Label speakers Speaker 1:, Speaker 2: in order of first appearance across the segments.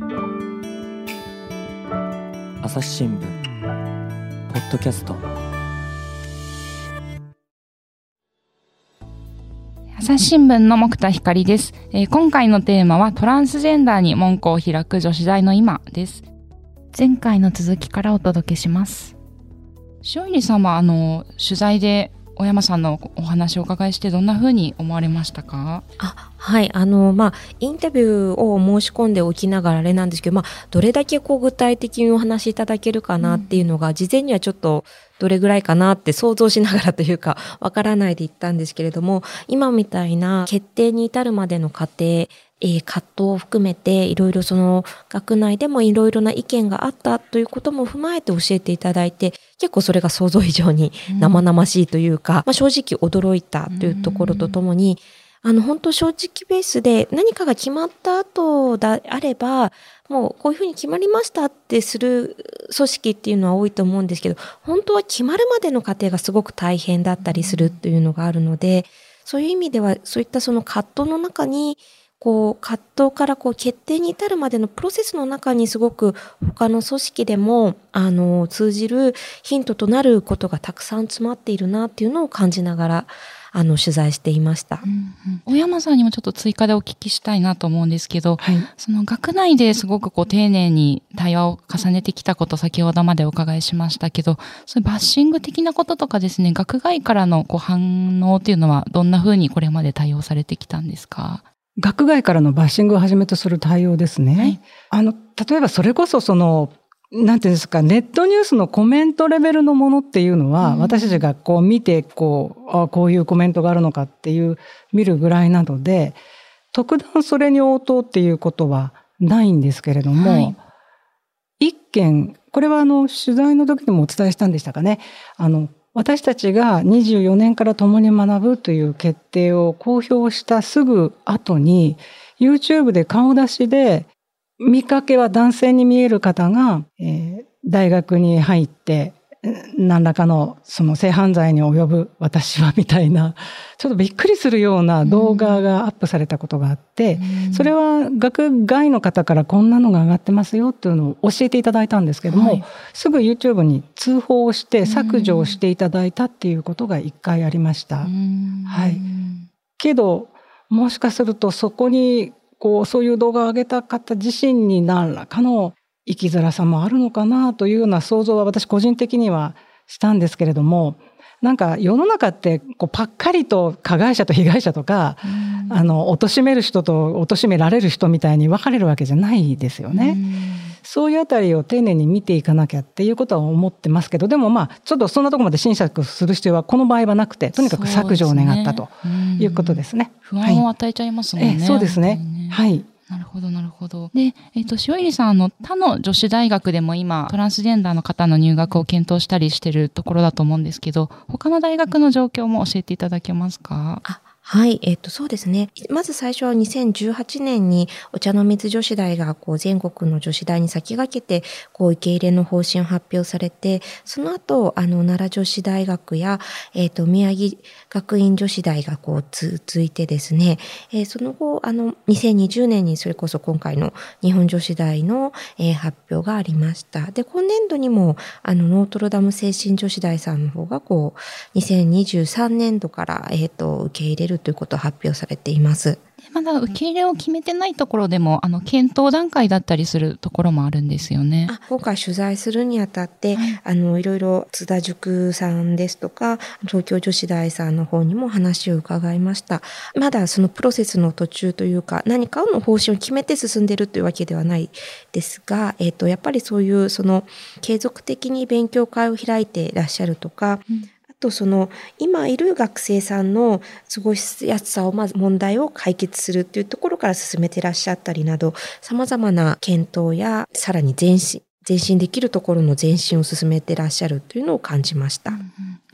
Speaker 1: 朝日新聞ポッドキャスト。
Speaker 2: 朝日新聞の木田光です。今回のテーマはトランスジェンダーに門戸を開く女子大の今です。前回の続きからお届けします。塩入さんは取材で小山さんのお話をお伺いしてどんな風に思われましたか？
Speaker 3: はい、インタビューを申し込んでおきながらあれなんですけど、どれだけ具体的にお話しいただけるかなっていうのが、事前にはちょっとどれぐらいかなって想像しながらというか、わからないで言ったんですけれども、今みたいな決定に至るまでの過程、葛藤を含めていろいろその学内でもいろいろな意見があったということも踏まえて教えていただいて、結構それが想像以上に生々しいというか、正直驚いたというところとともに、本当正直ベースで何かが決まった後であれば、もうこういうふうに決まりましたってする組織っていうのは多いと思うんですけど、本当は決まるまでの過程がすごく大変だったりするというのがあるので、そういう意味ではそういったその葛藤の中に、葛藤から決定に至るまでのプロセスの中にすごく他の組織でも通じるヒントとなることがたくさん詰まっているなっていうのを感じながら取材していました。
Speaker 2: 小山さんにもちょっと追加でお聞きしたいなと思うんですけど、はい、その学内ですごく丁寧に対話を重ねてきたこと先ほどまでお伺いしましたけど、そういうバッシング的なこととかですね、学外からの反応っていうのはどんな風にこれまで対応されてきたんですか？
Speaker 4: 学外からのバッシングをはじめとする対応ですね。はい、例えばそれこそなんていうんですか、ネットニュースのコメントレベルのものっていうのは、私たちが見てこういうコメントがあるのかっていう見るぐらいなので、特段それに応答っていうことはないんですけれども、はい、一件、これは取材の時にもお伝えしたんでしたかね。私たちが24年から共に学ぶという決定を公表したすぐ後に YouTube で顔出しで見かけは男性に見える方が、大学に入って何らかのその性犯罪に及ぶ私はみたいなちょっとびっくりするような動画がアップされたことがあって、それは学外の方からこんなのが上がってますよっていうのを教えていただいたんですけども、はい、すぐ YouTube に通報をして削除をしていただいたっていうことが一回ありました。はい。けどもしかするとそこにそういう動画を上げた方自身に何らかの生きづらさもあるのかなというような想像は私個人的にはしたんですけれども、なんか世の中ってパッカリと加害者と被害者とか、貶める人と貶められる人みたいに分かれるわけじゃないですよね。そういうあたりを丁寧に見ていかなきゃっていうことは思ってますけど、でもちょっとそんなところまで審釈する必要はこの場合はなくて、とにかく削除を願ったということですね。
Speaker 2: 不安を与えちゃいますもんね。
Speaker 4: そうですね。はい。
Speaker 2: なるほど、なるほど。で、塩入さん、他の女子大学でも今、トランスジェンダーの方の入学を検討したりしているところだと思うんですけど、他の大学の状況も教えていただけますか？
Speaker 3: はい、そうですね。まず最初は2018年にお茶の水女子大が全国の女子大に先駆けて受け入れの方針を発表されて、その後奈良女子大学や宮城学院女子大が続いてですね、その後2020年にそれこそ今回の日本女子大の発表がありました。で、今年度にもノートルダム精神女子大さんの方が2023年度から受け入れるということを発表されています。
Speaker 2: まだ受け入れを決めてないところでも検討段階だったりするところもあるんですよね。
Speaker 3: 今回取材するにあたって、いろいろ津田塾さんですとか東京女子大さんの方にも話を伺いました。まだそのプロセスの途中というか、何かの方針を決めて進んでいるというわけではないですが、やっぱりそういう継続的に勉強会を開いていらっしゃるとか、今いる学生さんの過ごしやすさを問題を解決するというところから進めていらっしゃったりなど、様々な検討やさらに前進できるところの前進を進めていらっしゃるというのを感じました。で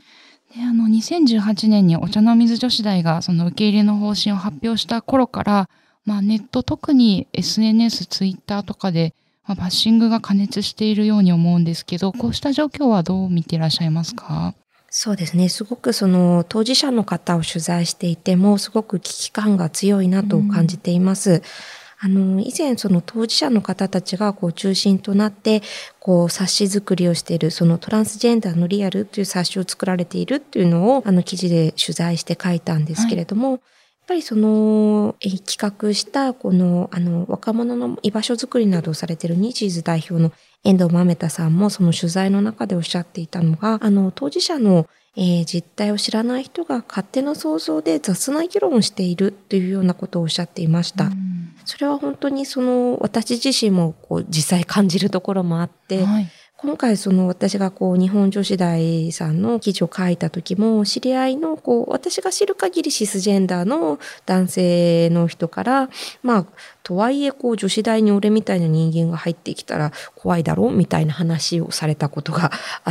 Speaker 2: 2018年にお茶の水女子大がその受け入れの方針を発表した頃から、ネット、特に SNS、ツイッターとかでバッシングが過熱しているように思うんですけど、こうした状況はどう見ていらっしゃいますか？
Speaker 3: そうですね。すごく当事者の方を取材していてもすごく危機感が強いなと感じています。 以前その当事者の方たちがこう中心となって冊子作りをしている、そのトランスジェンダーのリアルという冊子を作られているっていうのを記事で取材して書いたんですけれども、やっぱりその企画したこの若者の居場所づくりなどをされているニージーズ代表の遠藤豆太さんもその取材の中でおっしゃっていたのが、当事者の実態を知らない人が勝手な想像で雑な議論をしているというようなことをおっしゃっていました。それは本当に私自身も実際感じるところもあって、今回私が日本女子大さんの記事を書いた時も、知り合いの私が知る限りシスジェンダーの男性の人から、とはいえ女子大に俺みたいな人間が入ってきたら怖いだろうみたいな話をされたことがあって、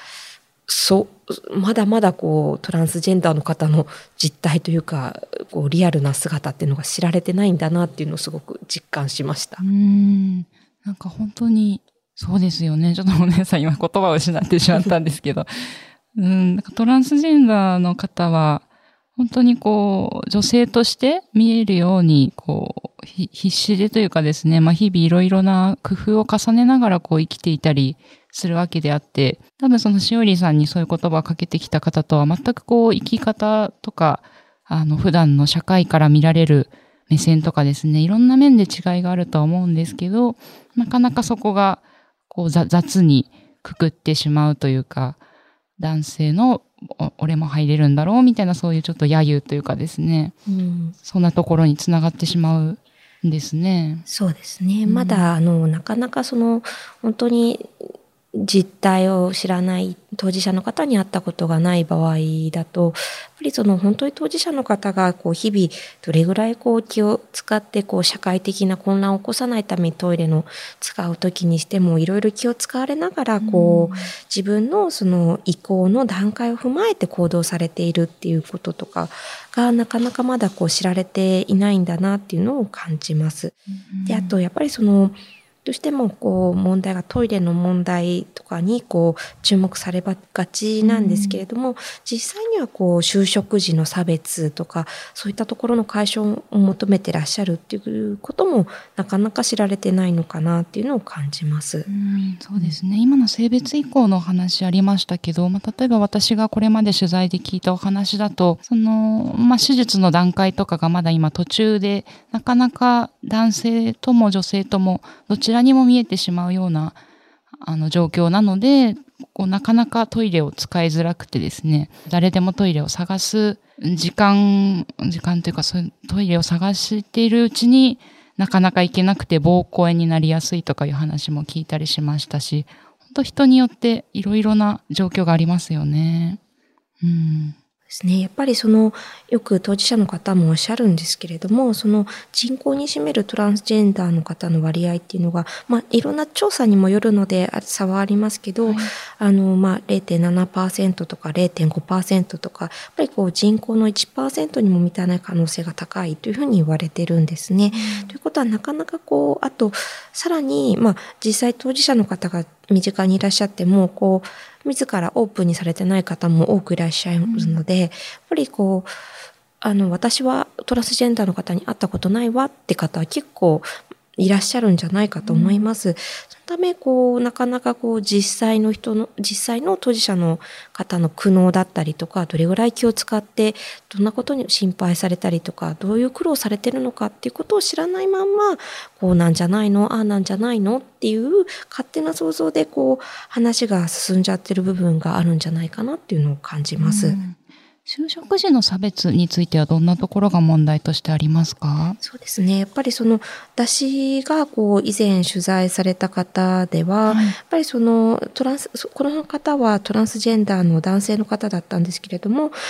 Speaker 3: まだまだトランスジェンダーの方の実態というかリアルな姿っていうのが知られてないんだなっていうのをすごく実感しました。
Speaker 2: なんか本当にそうですよね。ちょっとお姉さん今言葉を失ってしまったんですけど、なんかトランスジェンダーの方は本当に女性として見えるように必死でというかですね、日々いろいろな工夫を重ねながら生きていたりするわけであって、多分そのしおりさんにそういう言葉をかけてきた方とは全く生き方とか普段の社会から見られる目線とかですね、いろんな面で違いがあるとは思うんですけど、なかなかそこが雑にくくってしまうというか、男性の俺も入れるんだろうみたいな、そういうちょっと揶揄というかですね、そんなところにつながってしまうんですね。
Speaker 3: そうですね。まだなかなか本当に実態を知らない当事者の方に会ったことがない場合だと、やっぱり本当に当事者の方が日々どれぐらい気を使って社会的な混乱を起こさないためにトイレの使う時にしてもいろいろ気を使われながら自分の意向の段階を踏まえて行動されているっていうこととかがなかなかまだ知られていないんだなっていうのを感じます。で、あとやっぱりどうしても問題がトイレの問題とかに注目されがちなんですけれども、実際には就職時の差別とかそういったところの解消を求めてらっしゃるっていうこともなかなか知られてないのかなっていうのを感じます。
Speaker 2: そうですね。今の性別移行のお話ありましたけど、例えば私がこれまで取材で聞いたお話だと、手術の段階とかがまだ今途中で、なかなか男性とも女性ともどちらにも見えてしまうような状況なので、なかなかトイレを使いづらくてですね、誰でもトイレを探す時間というか、そういうトイレを探しているうちになかなか行けなくて膀胱炎になりやすいとかいう話も聞いたりしましたし、本当人によっていろいろな状況がありますよね。
Speaker 3: ですね。やっぱりよく当事者の方もおっしゃるんですけれども、人口に占めるトランスジェンダーの方の割合っていうのが、いろんな調査にもよるので差はありますけど、0.7% とか 0.5% とか、やっぱり人口の 1% にも満たない可能性が高いというふうに言われてるんですね。ということはなかなかあと、さらに、実際当事者の方が身近にいらっしゃっても、自らオープンにされてない方も多くいらっしゃるので、やっぱり私はトランスジェンダーの方に会ったことないわって方は結構いらっしゃるんじゃないかと思います。そのため、なかなか実際の当事者の方の苦悩だったりとか、どれぐらい気を使って、どんなことに心配されたりとか、どういう苦労されてるのかっていうことを知らないまんま、こうなんじゃないの、ああなんじゃないのっていう勝手な想像で話が進んじゃってる部分があるんじゃないかなっていうのを感じます。
Speaker 2: 就職時の差別についてはどんなところが問題としてありますか？
Speaker 3: そうですね。やっぱり私が以前取材された方では、やっぱりこの方はトランスジェンダーの男性の方だったんですけれども、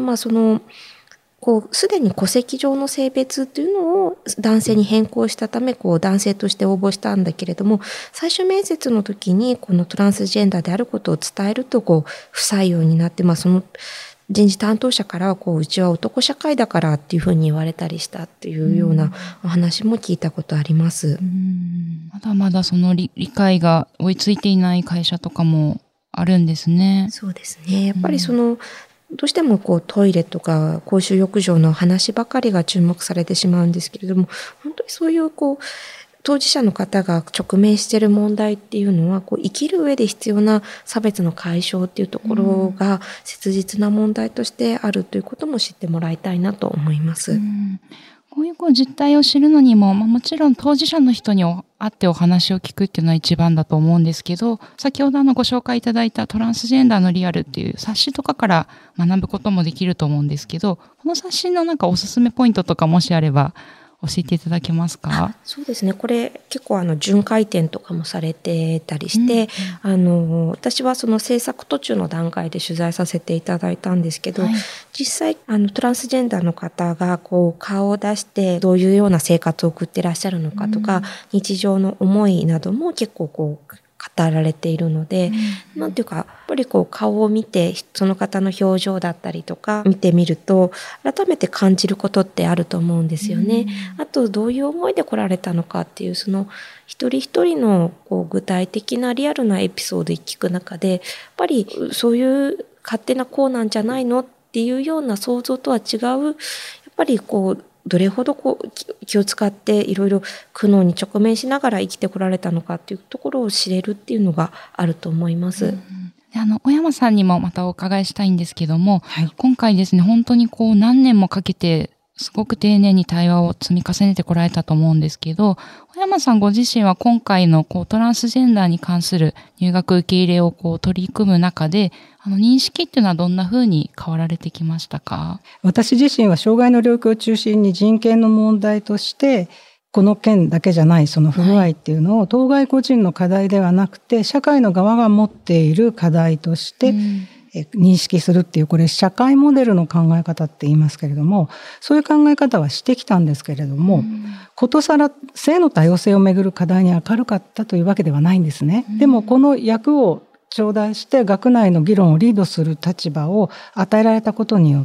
Speaker 3: すでに戸籍上の性別というのを男性に変更したため、男性として応募したんだけれども、最終面接の時にこのトランスジェンダーであることを伝えると不採用になって、人事担当者からはうちは男社会だからっていうふうに言われたりしたっていうようなお話も聞いたことあります。
Speaker 2: まだまだ理解が追いついていない会社とかもあるんですね。
Speaker 3: そうですね。やっぱりどうしてもトイレとか公衆浴場の話ばかりが注目されてしまうんですけれども、本当にそういう当事者の方が直面している問題っていうのは、生きる上で必要な差別の解消っていうところが切実な問題としてあるということも知ってもらいたいなと思います。
Speaker 2: こういう実態を知るのにも、もちろん当事者の人に会ってお話を聞くっていうのは一番だと思うんですけど、先ほどご紹介いただいたトランスジェンダーのリアルっていう冊子とかから学ぶこともできると思うんですけど、この冊子のおすすめポイントとかもしあれば教えていただけますか？
Speaker 3: そうですね。これ結構巡回展とかもされてたりして、私はその制作途中の段階で取材させていただいたんですけど、実際トランスジェンダーの方が顔を出してどういうような生活を送ってらっしゃるのかとか、日常の思いなども結構語られているので、なんていうか、やっぱり顔を見て、その方の表情だったりとか見てみると、改めて感じることってあると思うんですよね。あと、どういう思いで来られたのかっていう、その一人一人の具体的なリアルなエピソードを聞く中で、やっぱりそういう勝手なこうなんじゃないのっていうような想像とは違う、やっぱりどれほど気を使っていろいろ苦悩に直面しながら生きてこられたのかっていうところを知れるっていうのがあると思います。
Speaker 2: 小山さんにもまたお伺いしたいんですけども、今回ですね、本当に何年もかけてすごく丁寧に対話を積み重ねてこられたと思うんですけど、小山さんご自身は今回のトランスジェンダーに関する入学受け入れを取り組む中で、認識っていうのはどんな風に変わられてきましたか？
Speaker 4: 私自身は障害の領域を中心に人権の問題として、この件だけじゃないその不具合っていうのを当該個人の課題ではなくて、社会の側が持っている課題として認識するっていう、これ社会モデルの考え方って言いますけれども、そういう考え方はしてきたんですけれども、ことさら性の多様性をめぐる課題に明るかったというわけではないんですね。でもこの役を頂戴して学内の議論をリードする立場を与えられたことによって、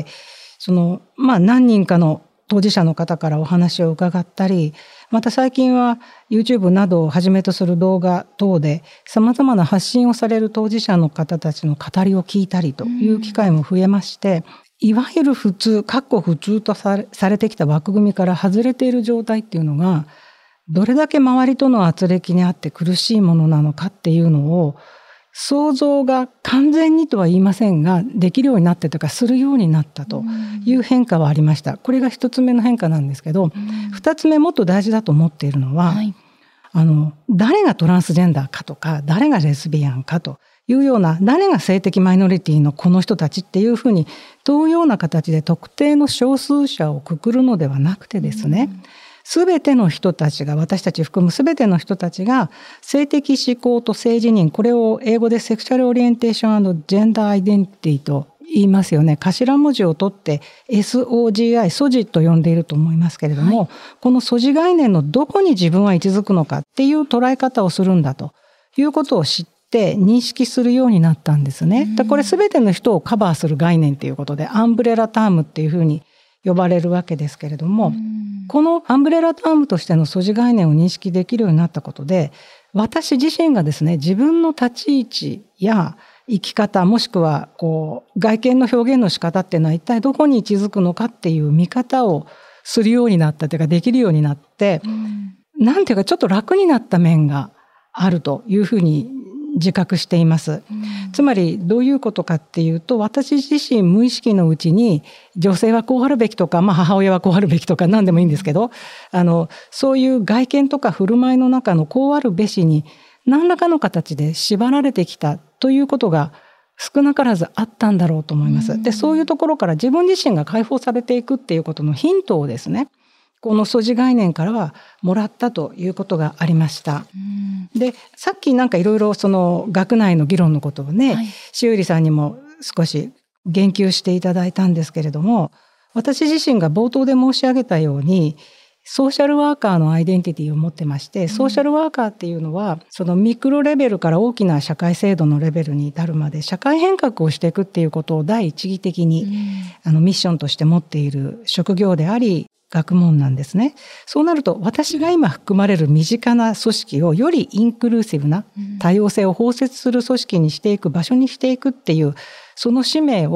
Speaker 4: 何人かの当事者の方からお話を伺ったり、また最近は YouTube などをはじめとする動画等で様々な発信をされる当事者の方たちの語りを聞いたりという機会も増えまして、いわゆる普通とされてきた枠組みから外れている状態っていうのが、どれだけ周りとの圧力にあって苦しいものなのかっていうのを、想像が完全にとは言いませんが、できるようになってとかするようになったという変化はありました。これが一つ目の変化なんですけど、二つ目もっと大事だと思っているのは、誰がトランスジェンダーかとか、誰がレズビアンかというような、誰が性的マイノリティのこの人たちっていうふうに、同様な形で特定の少数者をくくるのではなくてですね、すべての人たちが、私たち含むすべての人たちが性的指向と性自認、これを英語でセクシャルオリエンテーション&ジェンダーアイデンティティと言いますよね。頭文字を取って SOGI、ソジと呼んでいると思いますけれども、このソジ概念のどこに自分は位置づくのかっていう捉え方をするんだということを知って認識するようになったんですね。これすべての人をカバーする概念ということで、アンブレラタームっていうふうに呼ばれるわけですけれども、このアンブレラタームとしての素地概念を認識できるようになったことで、私自身がですね、自分の立ち位置や生き方、もしくは外見の表現の仕方っていうのは一体どこに位置づくのかっていう見方をするようになったというか、できるようになって、なんていうかちょっと楽になった面があるというふうに自覚しています。つまりどういうことかっていうと、私自身無意識のうちに女性はこうあるべきとか、母親はこうあるべきとか何でもいいんですけど、そういう外見とか振る舞いの中のこうあるべしに何らかの形で縛られてきたということが少なからずあったんだろうと思います。で、そういうところから自分自身が解放されていくっていうことのヒントをですね、この素地概念からはもらったということがありました。で、さっきいろいろその学内の議論のことをね、しおりさんにも少し言及していただいたんですけれども、私自身が冒頭で申し上げたように、ソーシャルワーカーのアイデンティティを持ってまして、ソーシャルワーカーっていうのは、そのミクロレベルから大きな社会制度のレベルに至るまで社会変革をしていくっていうことを第一義的に、ミッションとして持っている職業であり、学問なんですね。そうなると、私が今含まれる身近な組織をよりインクルーシブな多様性を包摂する組織にしていく、場所にしていくっていう、その使命を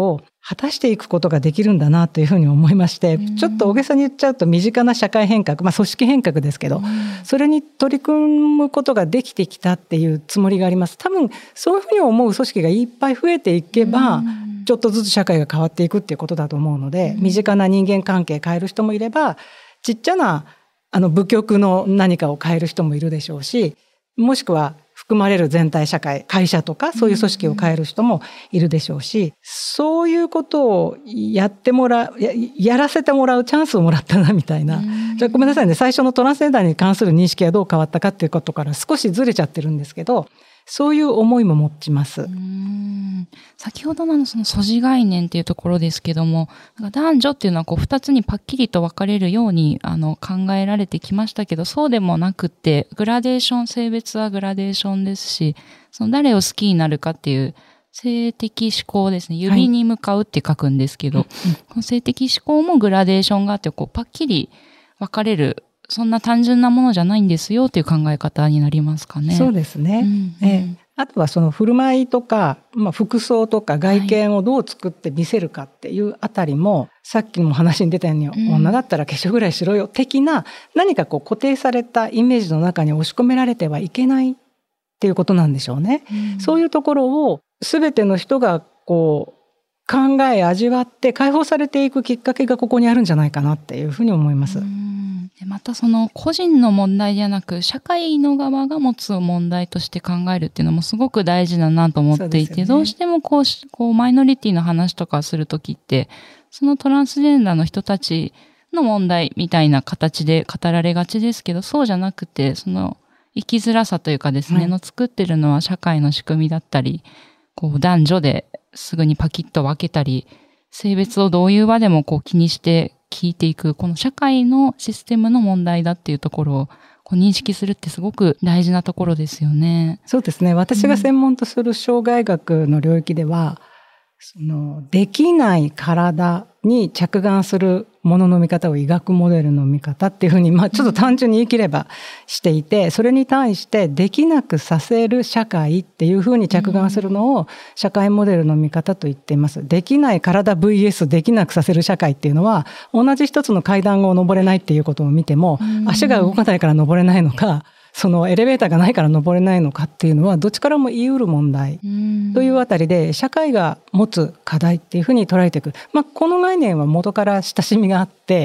Speaker 4: 果たしていくことができるんだなというふうに思いまして、ちょっと大げさに言っちゃうと身近な社会変革、組織変革ですけど、それに取り組むことができてきたっていうつもりがあります。多分そういうふうに思う組織がいっぱい増えていけば、ちょっとずつ社会が変わっていくっていうことだと思うので、身近な人間関係変える人もいれば、ちっちゃな部局の何かを変える人もいるでしょうし、もしくは含まれる全体社会、会社とかそういう組織を変える人もいるでしょうし、そういうことをやらせてもらうチャンスをもらったなみたいな。じゃあごめんなさいね、最初のトランスジェンダーに関する認識がどう変わったかっていうことから少しずれちゃってるんですけど、そういう思いも持ちます。
Speaker 2: 先ほどのその素地概念っていうところですけども、男女っていうのは2つにパッキリと分かれるように考えられてきましたけど、そうでもなくて、グラデーション、性別はグラデーションですし、その誰を好きになるかっていう性的指向ですね。指に向かうって書くんですけど、性的指向もグラデーションがあって、パッキリ分かれる、そんな単純なものじゃないんですよという考え方になりますかね。
Speaker 4: そうですね。あとはその振る舞いとか、服装とか外見をどう作って見せるかっていうあたりも、さっきも話に出たように、女だったら化粧ぐらいしろよ的な何か固定されたイメージの中に押し込められてはいけないっていうことなんでしょうね。そういうところを全ての人が考え味わって解放されていくきっかけがここにあるんじゃないかなっていうふうに思います。
Speaker 2: またその個人の問題じゃなく社会の側が持つ問題として考えるっていうのもすごく大事だなと思っていて、どうしてもこうマイノリティの話とかするときってそのトランスジェンダーの人たちの問題みたいな形で語られがちですけど、そうじゃなくてその生きづらさというかですね、の作ってるのは社会の仕組みだったり、男女ですぐにパキッと分けたり、性別をどういう場でも気にして聞いていく、この社会のシステムの問題だっていうところを認識するってすごく大事なところですよね。
Speaker 4: そうですね。私が専門とする障害学の領域では、できない体に着眼するものの見方を医学モデルの見方っていうふうに、ちょっと単純に言い切ればしていて、それに対してできなくさせる社会っていうふうに着眼するのを社会モデルの見方と言っています。できない体 vs できなくさせる社会っていうのは、同じ一つの階段を登れないっていうことを見ても、足が動かないから登れないのか、そのエレベーターがないから登れないのかっていうのはどっちからも言い得る問題というあたりで、社会が持つ課題っていうふうに捉えていく。この概念は元から親しみがあって、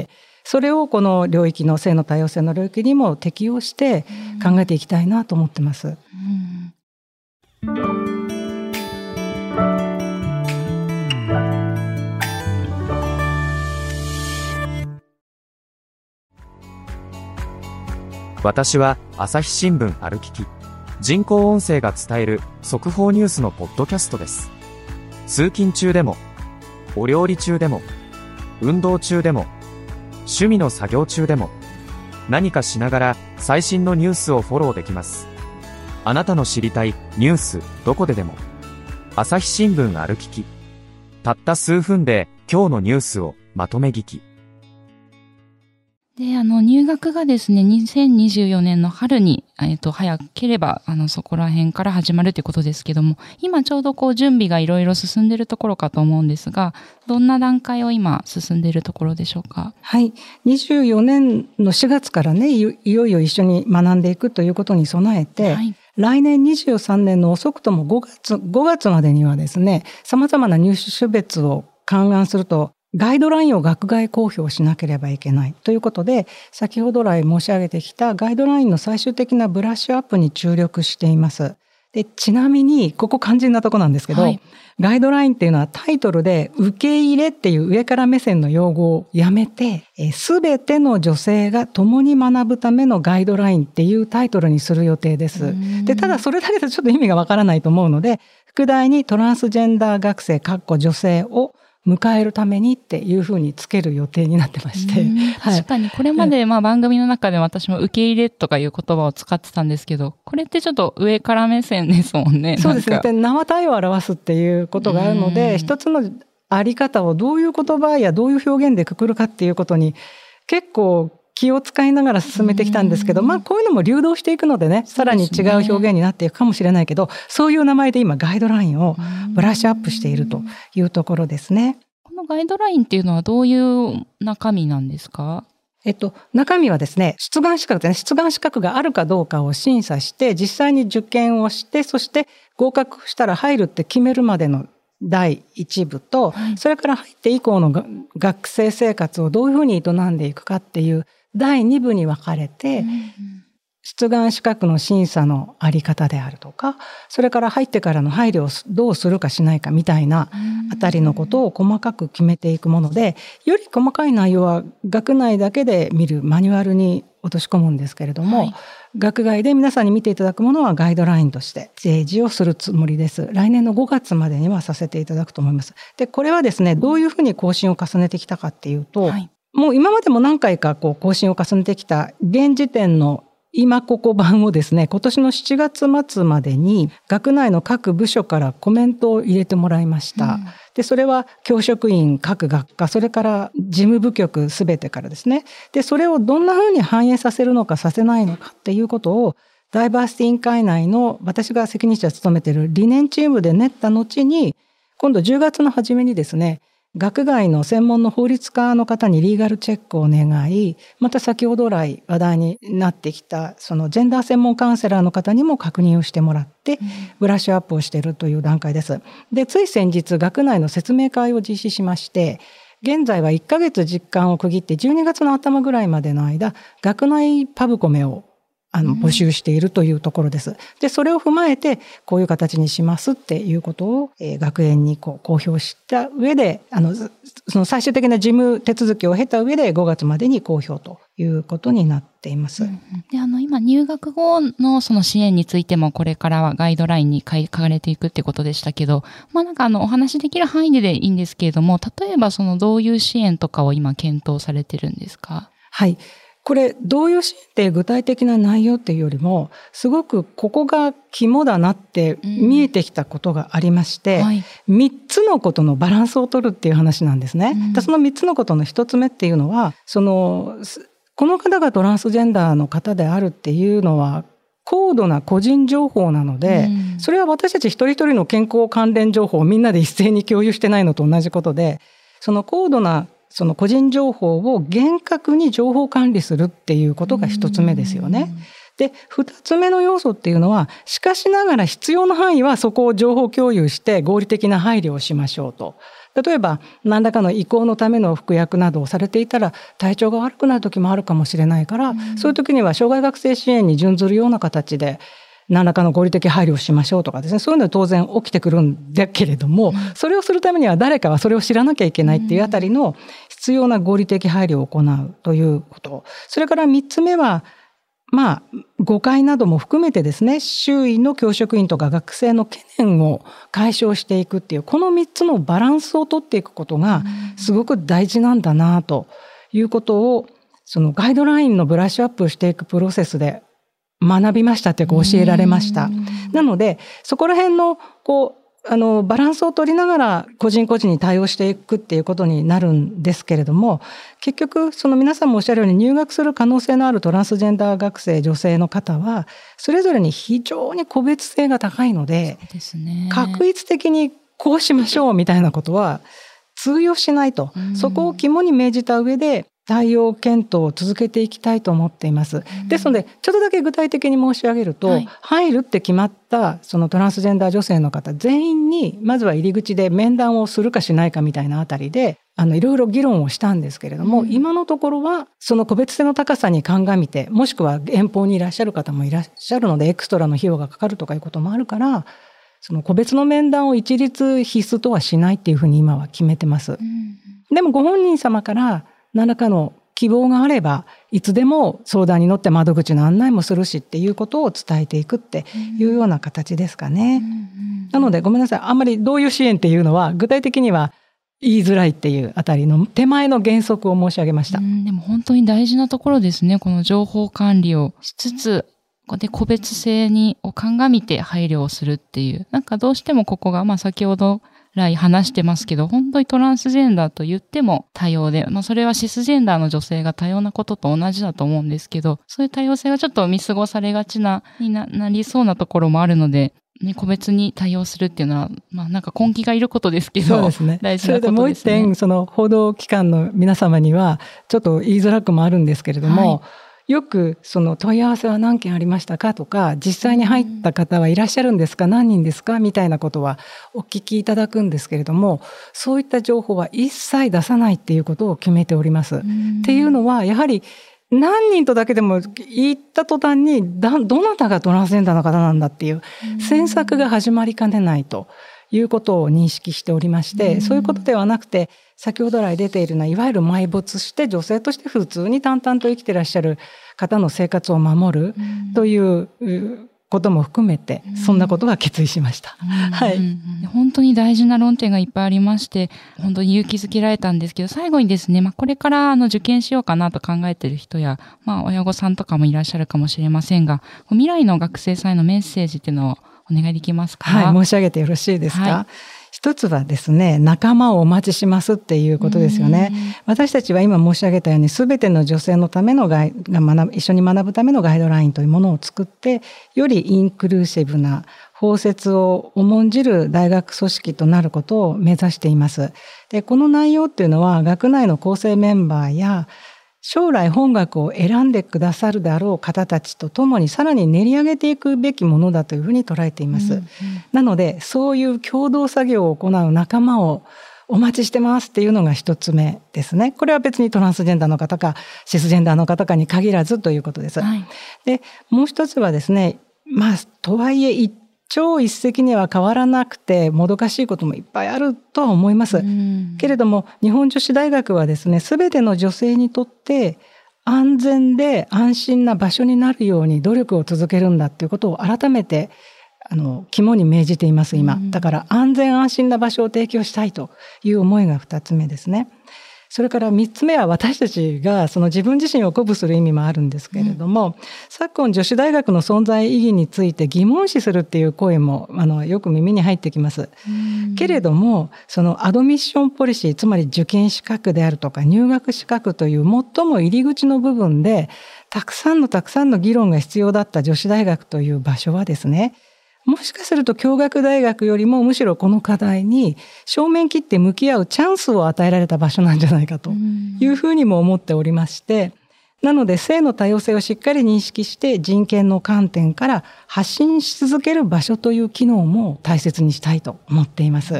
Speaker 4: それをこの領域の性の多様性の領域にも適用して考えていきたいなと思ってます。
Speaker 5: 私は朝日新聞ある聞き、人工音声が伝える速報ニュースのポッドキャストです。通勤中でも、お料理中でも、運動中でも、趣味の作業中でも、何かしながら最新のニュースをフォローできます。あなたの知りたいニュースどこででも、朝日新聞ある聞き。たった数分で今日のニュースをまとめ聞き。
Speaker 2: で、入学がですね、2024年の春に、早ければ、そこら辺から始まるということですけども、今ちょうど準備がいろいろ進んでいるところかと思うんですが、どんな段階を今進んでいるところでしょうか？
Speaker 4: はい。24年の4月からね、いよいよ一緒に学んでいくということに備えて、来年23年の遅くとも5月までにはですね、様々な入試種別を勘案すると、ガイドラインを学外公表しなければいけないということで、先ほど来申し上げてきたガイドラインの最終的なブラッシュアップに注力しています。で、ちなみに、ここ肝心なとこなんですけど、ガイドラインっていうのはタイトルで受け入れっていう上から目線の用語をやめて、すべての女性が共に学ぶためのガイドラインっていうタイトルにする予定です。で、ただそれだけでちょっと意味がわからないと思うので、副題にトランスジェンダー学生女性を迎えるためにっていうふうにつける予定になってまして。
Speaker 2: 確かにこれまで番組の中で私も受け入れとかいう言葉を使ってたんですけど、これってちょっと上から目線ですもんね。
Speaker 4: そうですね。名は体を表すっていうことがあるので、一つのあり方をどういう言葉やどういう表現でくくるかっていうことに結構気を使いながら進めてきたんですけど、こういうのも流動していくのでね、さらに違う表現になっていくかもしれないけど、そういう名前で今ガイドラインをブラッシュアップしているというところですね。
Speaker 2: のガイドラインっていうのはどういう中身なんですか？
Speaker 4: 中身はですね、出願資格ですね。出願資格があるかどうかを審査して、実際に受験をして、そして合格したら入るって決めるまでの第一部と、それから入って以降の学生生活をどういうふうに営んでいくかっていう第二部に分かれて、出願資格の審査のあり方であるとか、それから入ってからの配慮をどうするかしないかみたいなあたりのことを細かく決めていくもので、より細かい内容は学内だけで見るマニュアルに落とし込むんですけれども、学外で皆さんに見ていただくものはガイドラインとして提示をするつもりです。来年の5月までにはさせていただくと思います。で、これはですね、どういうふうに更新を重ねてきたかっていうと、もう今までも何回か更新を重ねてきた現時点の今ここ版をですね、今年の7月末までに学内の各部署からコメントを入れてもらいました。で、それは教職員各学科、それから事務部局すべてからですね。で、それをどんな風に反映させるのかさせないのかっていうことをダイバーシティ委員会内の私が責任者を務めている理念チームで練った後に、今度10月の初めにですね、学外の専門の法律家の方にリーガルチェックを願い、また先ほど来話題になってきたそのジェンダー専門カウンセラーの方にも確認をしてもらってブラッシュアップをしているという段階です。で、つい先日学内の説明会を実施しまして、現在は1ヶ月実感を区切って12月の頭ぐらいまでの間、学内パブコメを募集しているというところです。で、それを踏まえて、こういう形にしますっていうことを、学園に公表した上で、その最終的な事務手続きを経た上で5月までに公表ということになっています。
Speaker 2: で、今入学後のその支援についてもこれからはガイドラインに書かれていくってことでしたけど、お話できる範囲でいいんですけれども、例えばどういう支援とかを今検討されてるんですか？
Speaker 4: はい。これ、どういう支援って具体的な内容っていうよりも、すごくここが肝だなって見えてきたことがありまして、3つのことのバランスを取るっていう話なんですね。その3つのことの1つ目っていうのは、この方がトランスジェンダーの方であるっていうのは、高度な個人情報なので、それは私たち一人一人の健康関連情報をみんなで一斉に共有してないのと同じことで、その高度なその個人情報を厳格に情報管理するっていうことが一つ目ですよね。で、二つ目の要素っていうのは、しかしながら必要な範囲はそこを情報共有して合理的な配慮をしましょうと。例えば、何らかの移行のための服薬などをされていたら、体調が悪くなる時もあるかもしれないから、そういう時には障害学生支援に準ずるような形で、何らかの合理的配慮をしましょうとかですね、そういうのは当然起きてくるんだけれども、それをするためには誰かはそれを知らなきゃいけないっていうあたりの必要な合理的配慮を行うということ。それから3つ目は、誤解なども含めてですね、周囲の教職員とか学生の懸念を解消していくっていう、この3つのバランスを取っていくことがすごく大事なんだなということを、そのガイドラインのブラッシュアップをしていくプロセスで学びましたっていうか教えられました。なので、そこら辺のバランスを取りながら個人個人に対応していくっていうことになるんですけれども、結局皆さんもおっしゃるように入学する可能性のあるトランスジェンダー学生女性の方はそれぞれに非常に個別性が高いので、
Speaker 2: そうですね、
Speaker 4: 確一的にこうしましょうみたいなことは通用しないと、そこを肝に銘じた上で対応検討を続けていきたいと思っています。ですので、ちょっとだけ具体的に申し上げると、入るって決まったそのトランスジェンダー女性の方全員にまずは入り口で面談をするかしないかみたいなあたりでいろいろ議論をしたんですけれども、今のところはその個別性の高さに鑑みて、もしくは遠方にいらっしゃる方もいらっしゃるのでエクストラの費用がかかるとかいうこともあるから、その個別の面談を一律必須とはしないっていうふうに今は決めてます。でもご本人様から何らかの希望があればいつでも相談に乗って窓口の案内もするしっていうことを伝えていくっていうような形ですかね。なのでごめんなさい、あんまりどういう支援っていうのは具体的には言いづらいっていうあたりの手前の原則を申し上げました。
Speaker 2: でも本当に大事なところですね。この情報管理をしつつで個別性を鑑みて配慮をするっていう、どうしてもここが先ほど来話してますけど、本当にトランスジェンダーと言っても多様で、それはシスジェンダーの女性が多様なことと同じだと思うんですけど、そういう多様性がちょっと見過ごされがちになりそうなところもあるので、 ね、個別に対応するっていうのは、なんか根気がいることですけど、
Speaker 4: そうですね。
Speaker 2: 大事なことですね。
Speaker 4: それでもう一点、その報道機関の皆様には、ちょっと言いづらくもあるんですけれども、よくその問い合わせは何件ありましたかとか、実際に入った方はいらっしゃるんですか、何人ですかみたいなことはお聞きいただくんですけれども、そういった情報は一切出さないっていうことを決めております。っていうのは、やはり何人とだけでも言った途端にどなたがトランスジェンダーの方なんだっていう詮索が始まりかねないということを認識しておりまして、そういうことではなくて、先ほど来出ているのは、いわゆる埋没して女性として普通に淡々と生きていらっしゃる方の生活を守るということも含めて、そんなことが決意しました。はい。
Speaker 2: 本当に大事な論点がいっぱいありまして、本当に勇気づけられたんですけど、最後にですね、これから受験しようかなと考えている人や、親御さんとかもいらっしゃるかもしれませんが、未来の学生さんへのメッセージっていうのをお願いできますか？
Speaker 4: はい、申し上げてよろしいですか？一つはですね、仲間をお待ちしますっていうことですよね。私たちは今申し上げたように、すべての女性のための一緒に学ぶためのガイドラインというものを作って、よりインクルーシブな包摂を重んじる大学組織となることを目指しています。で、この内容っていうのは、学内の構成メンバーや将来本学を選んでくださるであろう方たちとともにさらに練り上げていくべきものだというふうに捉えています。なので、そういう共同作業を行う仲間をお待ちしてますっていうのが一つ目ですね。これは別にトランスジェンダーの方かシスジェンダーの方かに限らずということです。で、もう一つはですね、とはいえ一朝一夕には変わらなくてもどかしいこともいっぱいあるとは思います。けれども日本女子大学はですね、すべての女性にとって安全で安心な場所になるように努力を続けるんだということを改めて肝に銘じています今。だから安全安心な場所を提供したいという思いが2つ目ですね。それから3つ目は私たちがその自分自身を鼓舞する意味もあるんですけれども、昨今女子大学の存在意義について疑問視するっていう声もよく耳に入ってきます。けれどもそのアドミッションポリシー、つまり受験資格であるとか入学資格という最も入り口の部分でたくさんの議論が必要だった女子大学という場所はですね、もしかすると共学大学よりもむしろこの課題に正面切って向き合うチャンスを与えられた場所なんじゃないかというふうにも思っておりまして、なので性の多様性をしっかり認識して人権の観点から発信し続ける場所という機能も大切にしたいと思っています。はい。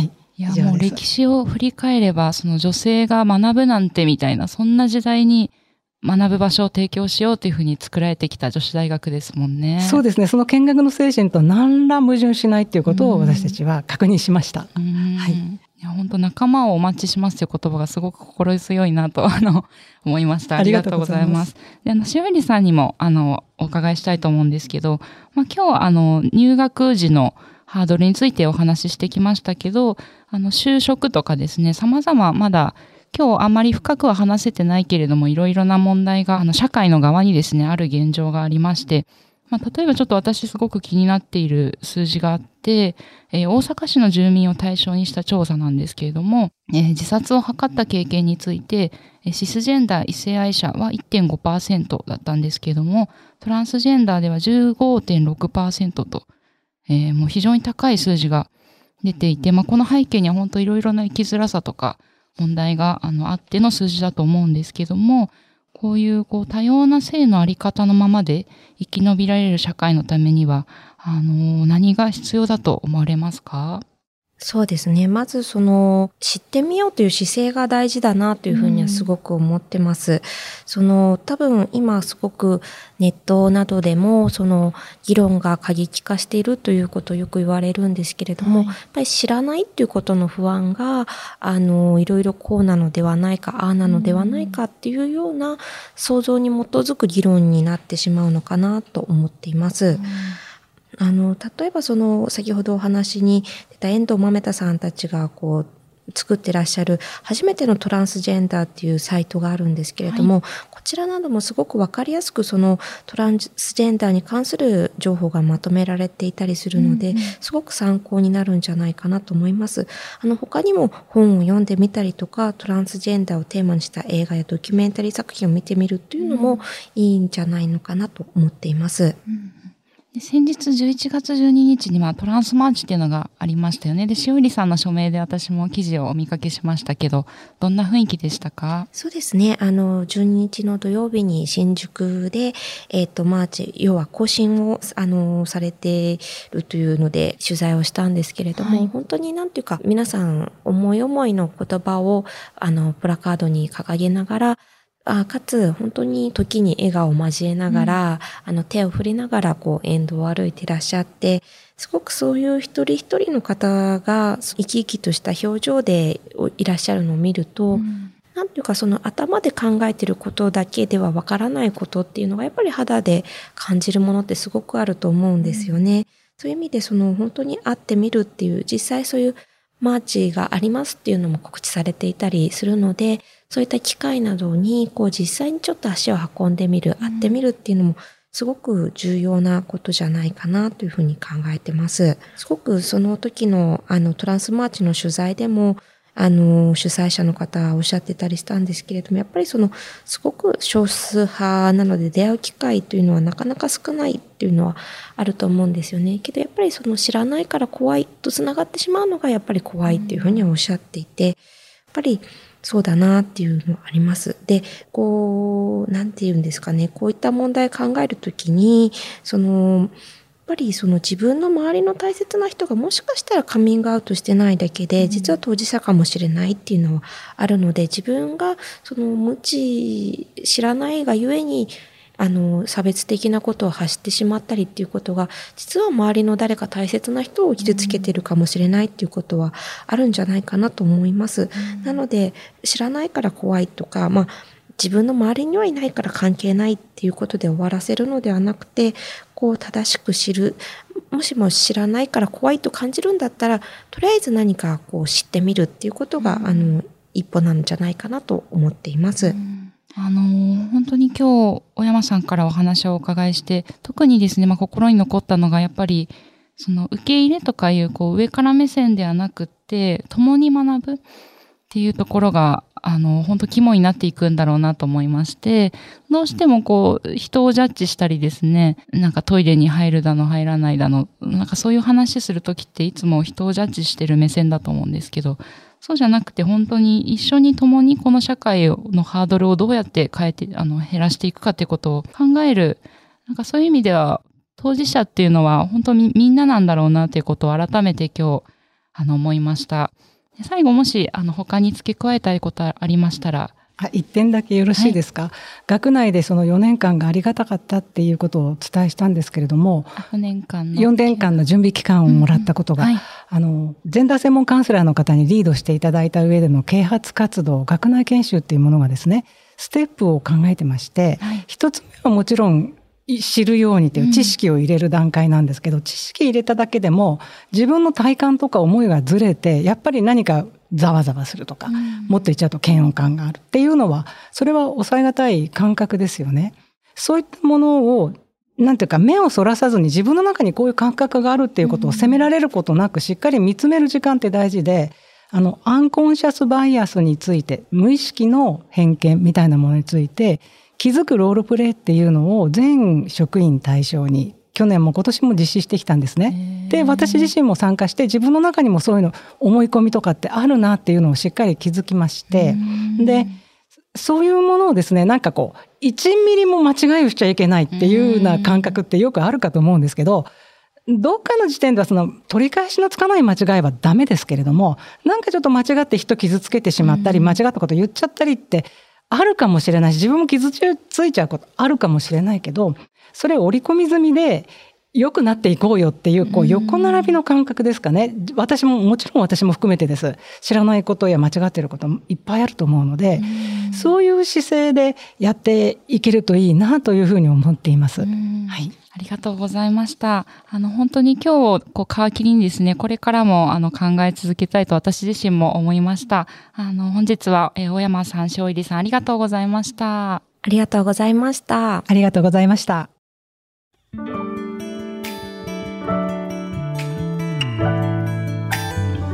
Speaker 2: いや、もう歴史を振り返れば、その女性が学ぶなんてみたいな、そんな時代に学ぶ場所を提供しようというふうに作られてきた女子大学ですもんね。
Speaker 4: そうですね。その見学の精神と何ら矛盾しないということを私たちは確認しました。はい。
Speaker 2: いや、本当仲間をお待ちしますという言葉がすごく心強いなと思いました。ありがとうございます。で、塩入さんにもお伺いしたいと思うんですけど、今日入学時のハードルについてお話ししてきましたけど、就職とかですね、様々まだ今日あまり深くは話せてないけれども、いろいろな問題が社会の側にですね、ある現状がありまして、例えばちょっと私すごく気になっている数字があって、大阪市の住民を対象にした調査なんですけれども、自殺を図った経験について、シスジェンダー異性愛者は 1.5% だったんですけれども、トランスジェンダーでは 15.6% と、もう非常に高い数字が出ていて、この背景には本当いろいろな生きづらさとか問題があっての数字だと思うんですけども、こういう多様な性のあり方のままで生き延びられる社会のためには何が必要だと思われますか？
Speaker 3: そうですね。まず知ってみようという姿勢が大事だなというふうにはすごく思ってます。多分今すごくネットなどでも議論が過激化しているということをよく言われるんですけれども、やっぱり知らないっていうことの不安がいろいろこうなのではないか、ああなのではないかっていうような想像に基づく議論になってしまうのかなと思っています。例えば先ほどお話に出た遠藤豆太さんたちが作ってらっしゃる初めてのトランスジェンダーっていうサイトがあるんですけれども、こちらなどもすごくわかりやすくトランスジェンダーに関する情報がまとめられていたりするので、すごく参考になるんじゃないかなと思います。他にも本を読んでみたりとか、トランスジェンダーをテーマにした映画やドキュメンタリー作品を見てみるっていうのもいいんじゃないのかなと思っています。
Speaker 2: で先日11月12日にトランスマーチっていうのがありましたよね。で、塩入さんの署名で私も記事をお見かけしましたけど、どんな雰囲気でしたか？
Speaker 3: そうですね。12日の土曜日に新宿で、マーチ、要は行進を、されているというので取材をしたんですけれども、本当になんていうか、皆さん思い思いの言葉を、プラカードに掲げながら、かつ、本当に時に笑顔を交えながら、手を振りながら、沿道を歩いていらっしゃって、すごくそういう一人一人の方が生き生きとした表情でいらっしゃるのを見ると、なんていうかその頭で考えていることだけではわからないことっていうのがやっぱり肌で感じるものってすごくあると思うんですよね。そういう意味で本当に会ってみるっていう、実際そういうマーチがありますっていうのも告知されていたりするので、そういった機会などに実際にちょっと足を運んでみる、会ってみるっていうのもすごく重要なことじゃないかなというふうに考えてます。すごくその時のトランスマーチの取材でも主催者の方はおっしゃってたりしたんですけれども、やっぱりすごく少数派なので出会う機会というのはなかなか少ないっていうのはあると思うんですよね。けどやっぱり知らないから怖いとつながってしまうのがやっぱり怖いっていうふうにおっしゃっていて、やっぱりそうだなっていうのはあります。で、なんて言うんですかね、こういった問題を考えるときに、やっぱり自分の周りの大切な人がもしかしたらカミングアウトしてないだけで、実は当事者かもしれないっていうのはあるので、自分が無知、知らないがゆえに、差別的なことを発してしまったりっていうことが、実は周りの誰か大切な人を傷つけてるかもしれないっていうことはあるんじゃないかなと思います。なので、知らないから怖いとか、自分の周りにはいないから関係ないっていうことで終わらせるのではなくて、正しく知る。もしも知らないから怖いと感じるんだったら、とりあえず何か知ってみるっていうことが、一歩なんじゃないかなと思っています。
Speaker 2: 本当に今日、小山さんからお話をお伺いして、特にですね、心に残ったのが、やっぱり、受け入れとかいう、上から目線ではなくって、共に学ぶっていうところが、本当肝になっていくんだろうなと思いまして、どうしても人をジャッジしたりですね、トイレに入るだの入らないだの、そういう話するときっていつも人をジャッジしてる目線だと思うんですけど、そうじゃなくて本当に一緒に共にこの社会のハードルをどうやって変えて、減らしていくかってことを考える、そういう意味では当事者っていうのは本当にみんななんだろうなっていうことを改めて今日、思いました。最後もし、他に付け加えたいことありましたら。
Speaker 4: 一点だけよろしいですか。学内でその4年間がありがたかったっていうことをお伝えしたんですけれども、
Speaker 2: 4年間
Speaker 4: の準備期間をもらったことが、ジェンダー専門カウンセラーの方にリードしていただいた上での啓発活動、学内研修っていうものがですね、ステップを考えてまして、一つ目はもちろん知るようにという知識を入れる段階なんですけど、知識入れただけでも自分の体感とか思いがずれて、やっぱり何かざわざわするとか、もっと言っちゃうと嫌悪感があるっていうのは、それは抑え難い感覚ですよね。そういったものを、なんていうか目をそらさずに自分の中にこういう感覚があるっていうことを責められることなく、しっかり見つめる時間って大事で、アンコンシャスバイアスについて、無意識の偏見みたいなものについて、気づくロールプレイっていうのを全職員対象に去年も今年も実施してきたんですね。で、私自身も参加して自分の中にもそういうの思い込みとかってあるなっていうのをしっかり気づきまして、で、そういうものをですね、1ミリも間違いをしちゃいけないっていうような感覚ってよくあるかと思うんですけど、どっかの時点では取り返しのつかない間違いはダメですけれども、ちょっと間違って人傷つけてしまったり、間違ったこと言っちゃったりってあるかもしれないし、自分も傷ついちゃうことあるかもしれないけど、それを織り込み済みで良くなっていこうよっていう、横並びの感覚ですかね。もちろん私も含めてです。知らないことや間違っていることもいっぱいあると思うので、そういう姿勢でやっていけるといいなというふうに思っています。はい。
Speaker 2: ありがとうございました。本当に今日、皮切りにですね、これからも、考え続けたいと私自身も思いました。本日は、小山さん、塩入さん、ありがとうございました。
Speaker 3: ありがとうございました。
Speaker 4: ありがとうございました。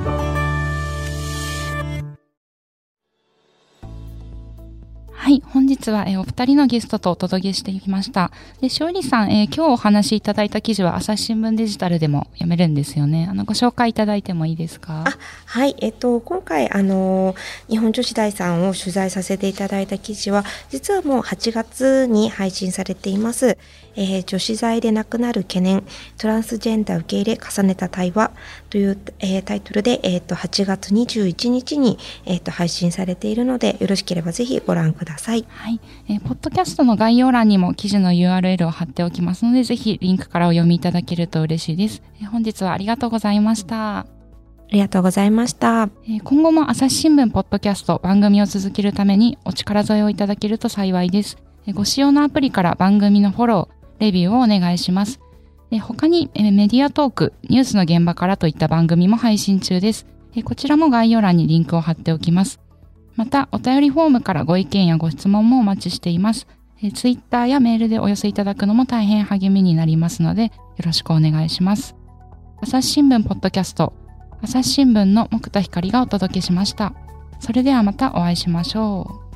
Speaker 2: はい、本日日はお二人のゲストとお届けしてきました。で、勝利さん、今日お話しいただいた記事は朝日新聞デジタルでも読めるんですよね。ご紹介いただいてもいいですか？
Speaker 3: はい。今回、日本女子大さんを取材させていただいた記事は、実はもう8月に配信されています。女子在で亡くなる懸念、トランスジェンダー受け入れ重ねた対話という、タイトルで、8月21日に、配信されているので、よろしければぜひご覧ください。
Speaker 2: はい。ポッドキャストの概要欄にも記事の URL を貼っておきますので、ぜひリンクからお読みいただけると嬉しいです。本日はありがとうございました。
Speaker 3: ありがとうございました。
Speaker 2: 今後も朝日新聞ポッドキャスト番組を続けるためにお力添えをいただけると幸いです。ご使用のアプリから番組のフォロー、レビューをお願いします。他にメディアトーク、ニュースの現場からといった番組も配信中です。こちらも概要欄にリンクを貼っておきます。また、お便りフォームからご意見やご質問もお待ちしています。ツイッターやメールでお寄せいただくのも大変励みになりますので、よろしくお願いします。朝日新聞ポッドキャスト、朝日新聞の木田光がお届けしました。それではまたお会いしましょう。